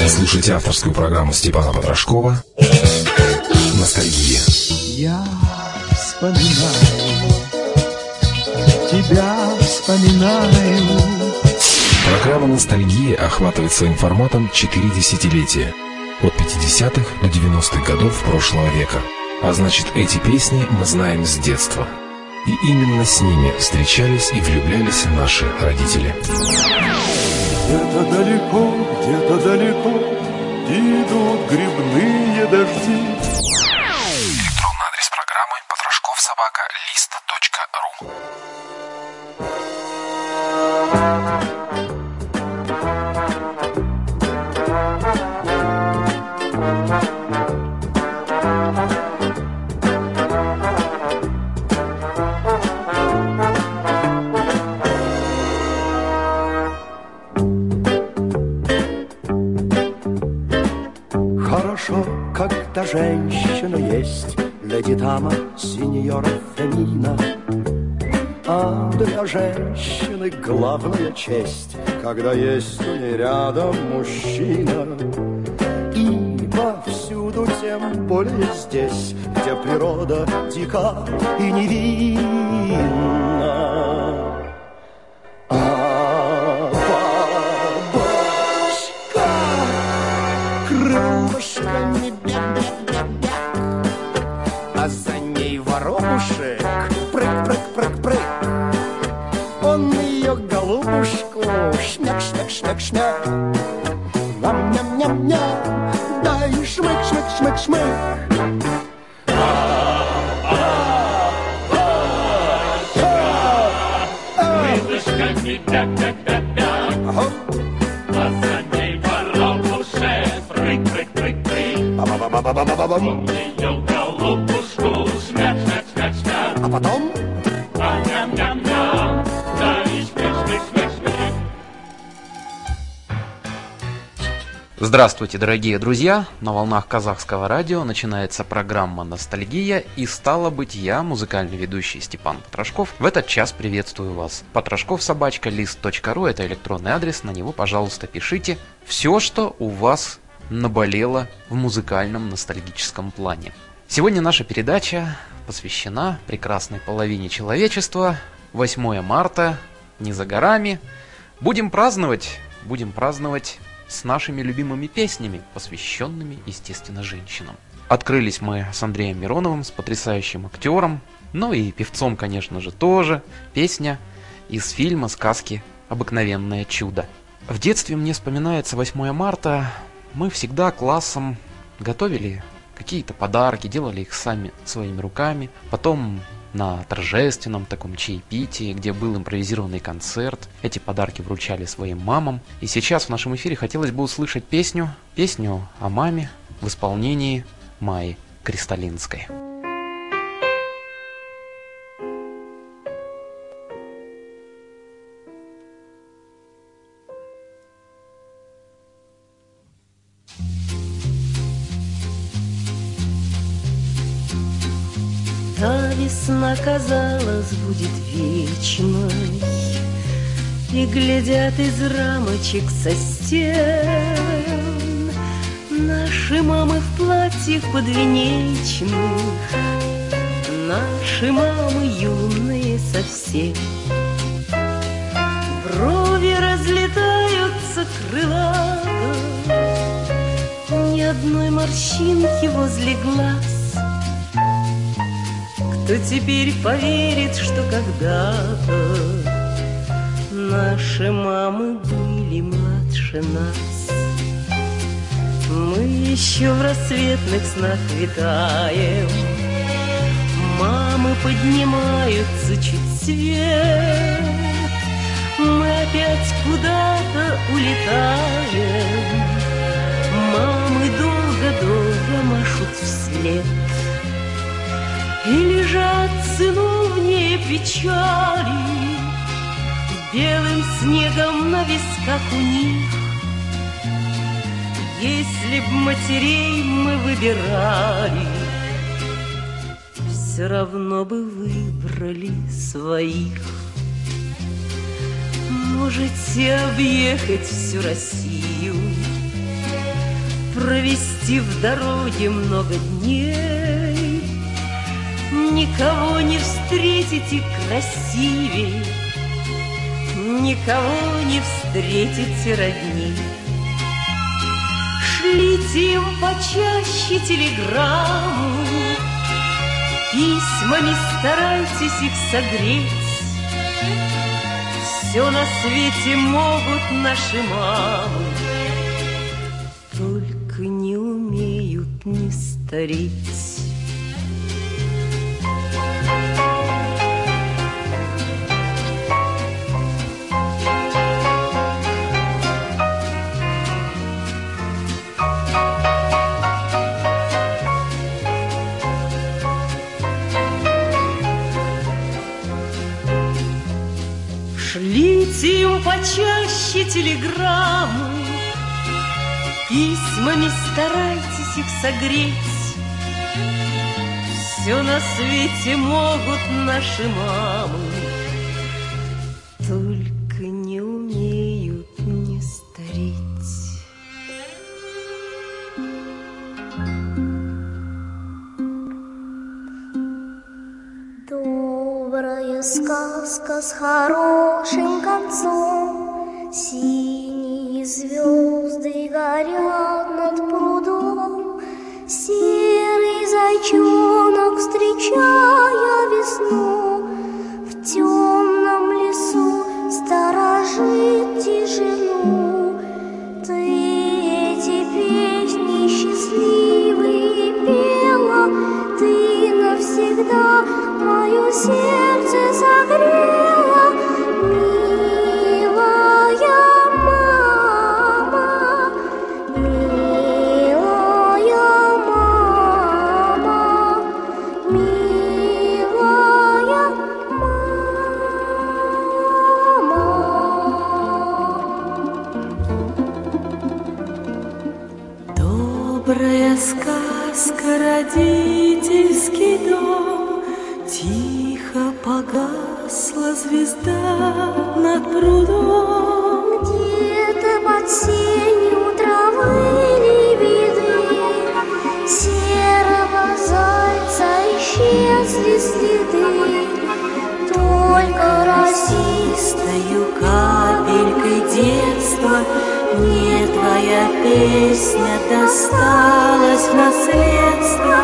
Слушайте авторскую программу Степана Потрошкова «Ностальгия». Я вспоминаю, тебя вспоминаю. Программа «Ностальгия» охватывает своим форматом 4 десятилетия. От 50-х до 90-х годов прошлого века. А значит, эти песни мы знаем с детства. И именно с ними встречались и влюблялись наши родители. Где-то далеко идут грибные дожди. Электронный адрес программы потрошковsobaka.list.ru. Хорошо, когда женщина есть, леди дама, сеньора Фемина. А для женщины главная честь, когда есть у ней рядом мужчина. И повсюду, тем более здесь, где природа дика и невинна. А бабочка крылышками бяк-бяк-бяк-бяк, а за ней воробушек прыг-прыг-прыг-прыг. Он ее голубушку шмяк-шмяк-шмяк-шмяк, ням-ням-ням-ням, да и шмык-шмык-шмык-шмык. Крылышками бяк-бяк-бяк-бяк, а за ней воробушек прыг-прыг-прыг-прыг. Ба-ба-ба-ба-ба-ба-бам. Он ее голубушку шмяк-шмяк-шмяк-шмяк, А потом ням-ням-ням, да и шмык-шмык-шмык-шмык. Здравствуйте, дорогие друзья! На волнах казахского радио начинается программа «Ностальгия», и стало быть, я, музыкальный ведущий Степан Потрошков, в этот час приветствую вас. Потрошковsobaka.list.ru – это электронный адрес, на него, пожалуйста, пишите все, что у вас наболело в музыкальном ностальгическом плане. Сегодня наша передача посвящена прекрасной половине человечества. 8 марта, не за горами. Будем праздновать с нашими любимыми песнями, посвященными, естественно, женщинам. Открылись мы с Андреем Мироновым, с потрясающим актером, ну и певцом, конечно же, тоже. Песня из фильма «Сказки. Обыкновенное чудо». В детстве мне вспоминается 8 марта. Мы всегда классом готовили какие-то подарки, делали их сами своими руками. Потом на торжественном таком чаепитии, где был импровизированный концерт, эти подарки вручали своим мамам. И сейчас в нашем эфире хотелось бы услышать песню о маме в исполнении Майи Кристалинской. Та весна, казалось, будет вечной, и глядят из рамочек со стен наши мамы в платьях подвенечных, наши мамы юные совсем. Брови разлетаются крылато, ни одной морщинки возле глаз. Кто теперь поверит, что когда-то наши мамы были младше нас? Мы еще в рассветных снах витаем, мамы поднимаются чуть свет, мы опять куда-то улетаем, мамы долго-долго машут вслед. И лежат сыновние печали белым снегом на висках у них. Если б матерей мы выбирали, все равно бы выбрали своих. Можете объехать всю Россию, провести в дороге много дней, никого не встретите красивей, никого не встретите родни. Шлите им почаще телеграмму, письмами старайтесь их согреть. Все на свете могут наши мамы, только не умеют не стареть. Шлите им почаще телеграмму, письмами старайтесь их согреть. Все на свете могут наши мамы, только не умеют не стареть. Добрая сказка с хорошим концом, синие звезды горят над прудом, серый зайчонок, встречая весну, в темном лесу сторожит тишину. Ты эти песни счастливые пела, ты навсегда мое сердце согрела, милая мама, милая мама, милая мама. Добрая сказка, родительский дом, тихо погасла звезда над прудом. Где-то под сенью травы лебеды серого зайца исчезли следы. Только Росистою капелькой детства мне твоя песня досталась в наследство.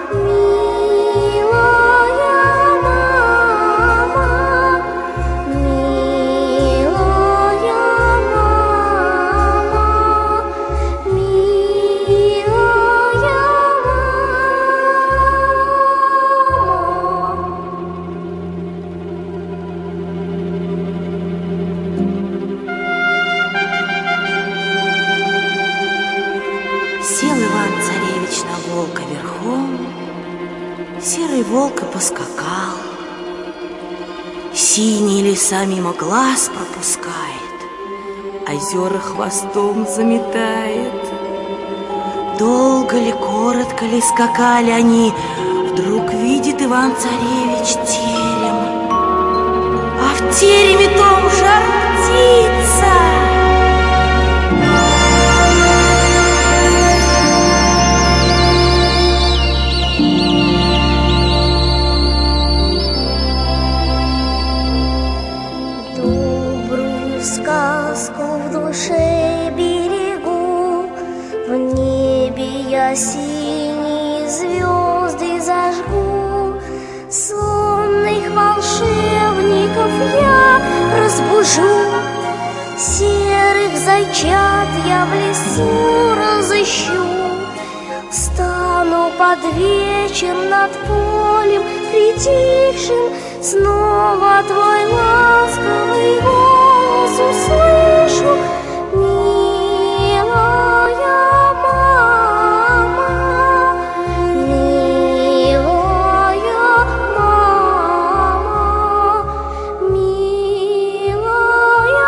Сел Иван-царевич на волка верхом, серый волк и поскакал. Синие леса мимо глаз пропускает, озера хвостом заметает. Долго ли, коротко ли скакали они, вдруг видит Иван-царевич терем, а в тереме том жар птица. сказку в душе берегу, в небе я синие звезды зажгу. Сонных волшебников я разбужу, серых зайчат я в лесу разыщу. Стану под вечер над полем притихшим, снова твой ласковый голос услышу. Милая мама, милая мама, милая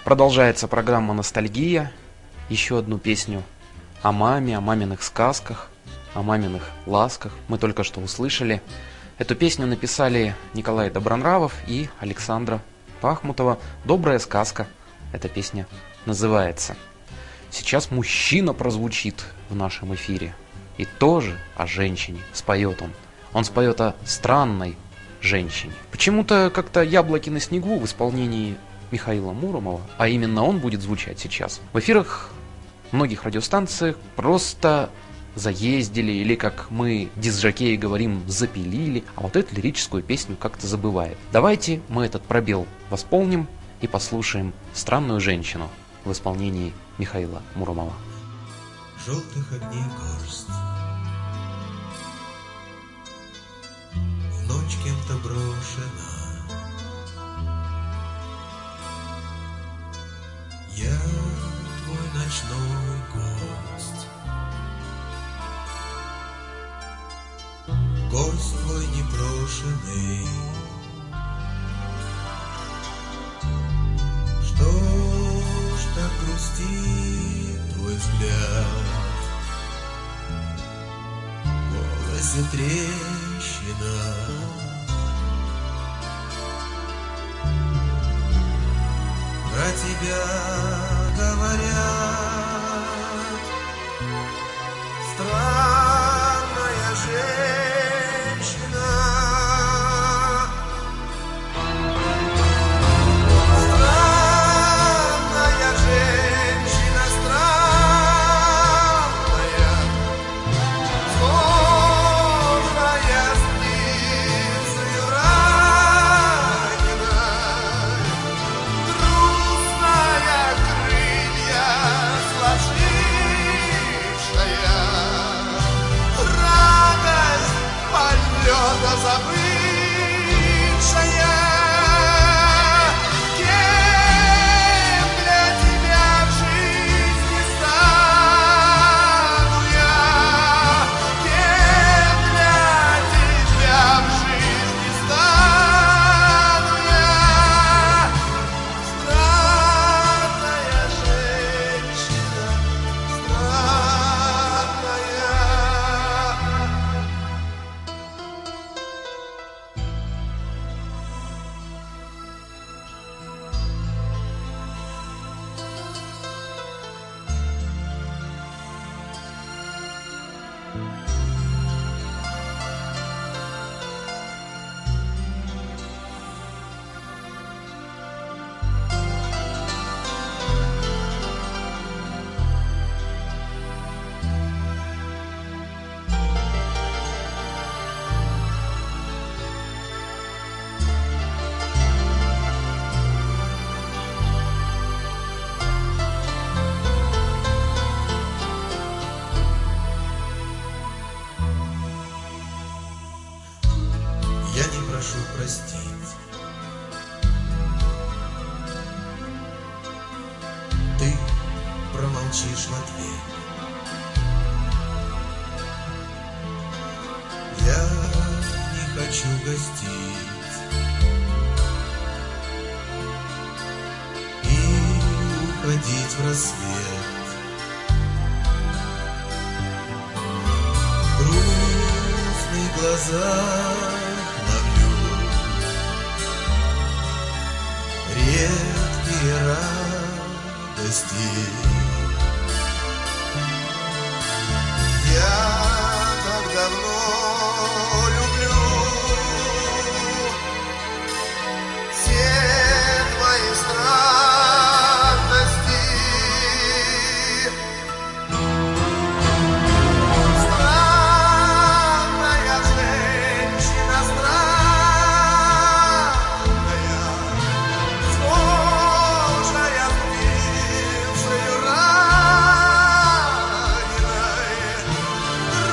Продолжается программа «Ностальгия». Еще одну песню о маме, о маминых сказках, о маминых ласках мы только что услышали. Эту песню написали Николай Добронравов и Александра Пахмутова. «Добрая сказка» эта песня называется. Сейчас мужчина прозвучит в нашем эфире. И тоже о женщине споет он. Он споет о странной женщине. Почему-то как-то «Яблоки на снегу» в исполнении Михаила Муромова, а именно он будет звучать сейчас, в эфирах многих радиостанциях просто заездили, или, как мы, дисжокеи, говорим, запилили, а вот эту лирическую песню как-то забывает. Давайте мы этот пробел восполним и послушаем «Странную женщину» в исполнении Михаила Муромова. Желтых огней горсть, в ночь кем-то брошена. Я твой ночной гость, гость твой непрошенный. Что ж так грустит твой взгляд? В голосе трещина. Про тебя говорят, странная женщина. Странная женщина, странная, схожая с птицею раненой. Грустная, крылья сложившая, радость полета забывшая. Кем для тебя в жизни стану я? Кем для тебя в жизни стану я? Странная женщина, я не прошу простить. Ты промолчишь в ответ. Я не хочу гостить и уходить в рассвет. В грустных глазах ловлю редкие радости. Я так давно люблю все твои странности. Странная женщина, странная, схожая с птицею раненой.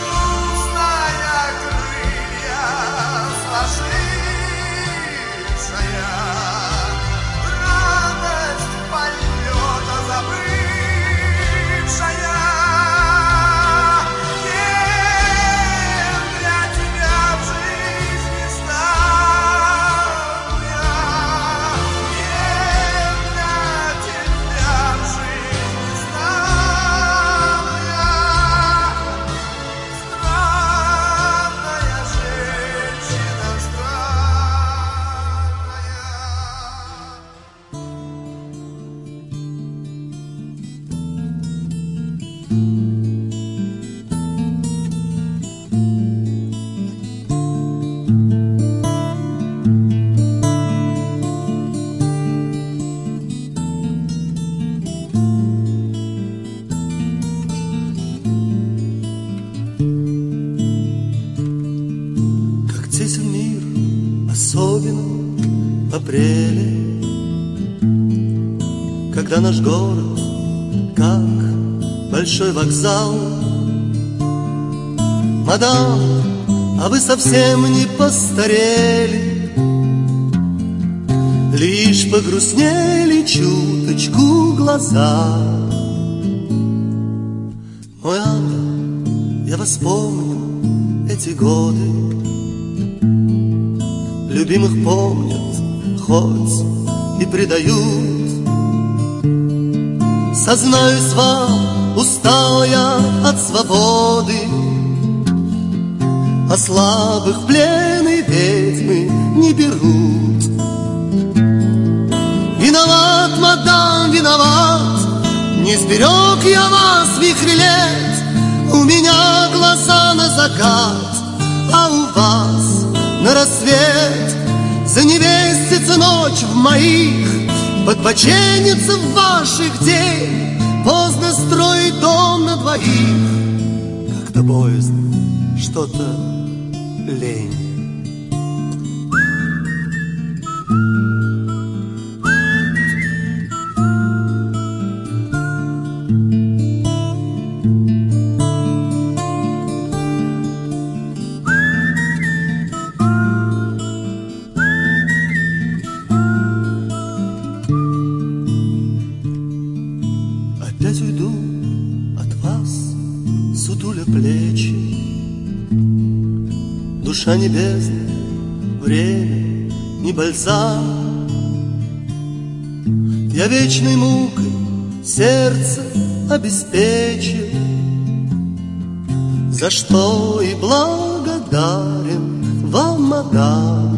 Бросись в мир, особенно в апреле, когда наш город, как большой вокзал. Мадам, а вы совсем не постарели, лишь погрустнели чуточку глаза. Мой ангел, я вас помню эти годы, любимых помнят, хоть и предают. Сознаюсь вам, устал я от свободы, а слабых в плен и ведьмы не берут. Виноват, мадам, виноват, не сберег я вас в вихре лет. У меня глаза на закат, а у вас на рассвет. Заневестится ночь в моих, подбоченится в ваших день. Поздно строить дом на двоих, как-то боязно, что-то лень. Опять уйду от вас, сутуля плечи, душа небесная, время не бальзам. Я вечной мукой сердце обеспечил, за что и благодарен вам, мадам.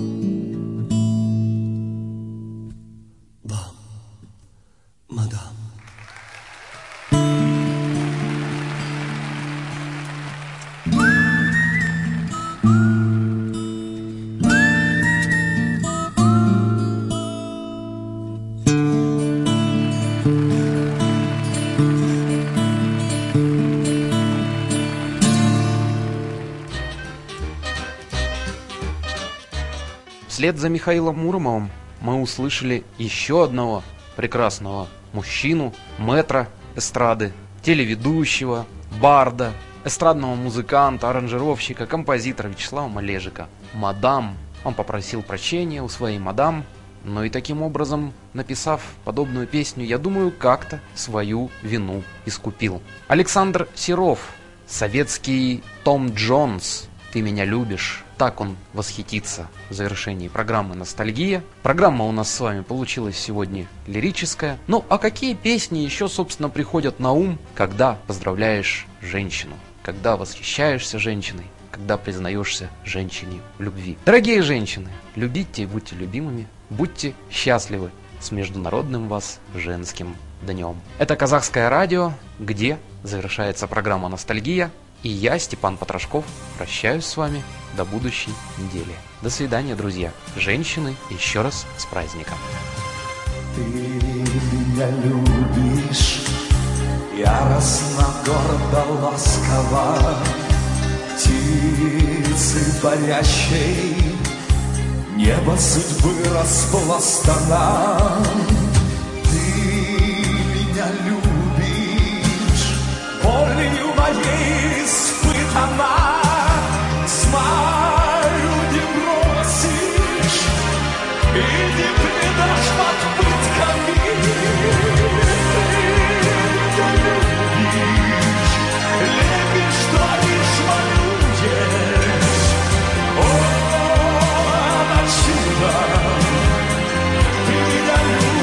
Вам, мадам. Вслед за Михаилом Муромовым мы услышали еще одного прекрасного мужчину, мэтра эстрады, телеведущего, барда, эстрадного музыканта, аранжировщика, композитора Вячеслава Малежика. Мадам. Он попросил прощения у своей мадам, но и таким образом, написав подобную песню, я думаю, как-то свою вину искупил. Александр Серов, советский Том Джонс, «Ты меня любишь». Так он восхитится в завершении программы «Ностальгия». Программа у нас с вами получилась сегодня лирическая. Ну, а какие песни еще, собственно, приходят на ум, когда поздравляешь женщину, когда восхищаешься женщиной, когда признаешься женщине в любви? Дорогие женщины, любите и будьте любимыми, будьте счастливы с Международным вас женским днем. Это Казахское радио, где завершается программа «Ностальгия». И я, Степан Потрошков, прощаюсь с вами до будущей недели. До свидания, друзья. Женщины, еще раз с праздником. Ты меня любишь, яростно, гордо, ласково, птицы парящей, небо судьбы распластано. Ты меня любишь, болью моей испытана. Знаю, не бросишь и не предашь под пытками. Любишь, творишь, малюешь. О, это чудо! Ты меня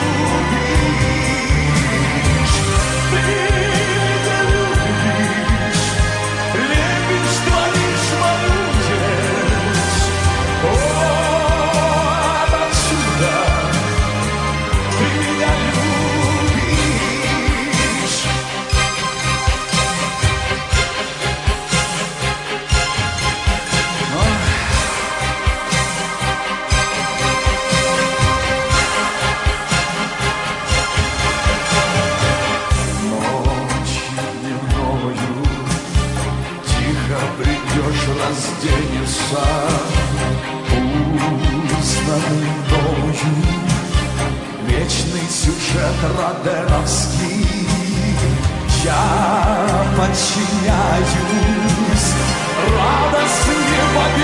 любишь, ты меня любишь. Любишь, творишь, малюешь. О, это чудо! Ты меня любишь. Ночью дневною тихо придешь, разденешься. роденовский. Я подчиняюсь радостной победе.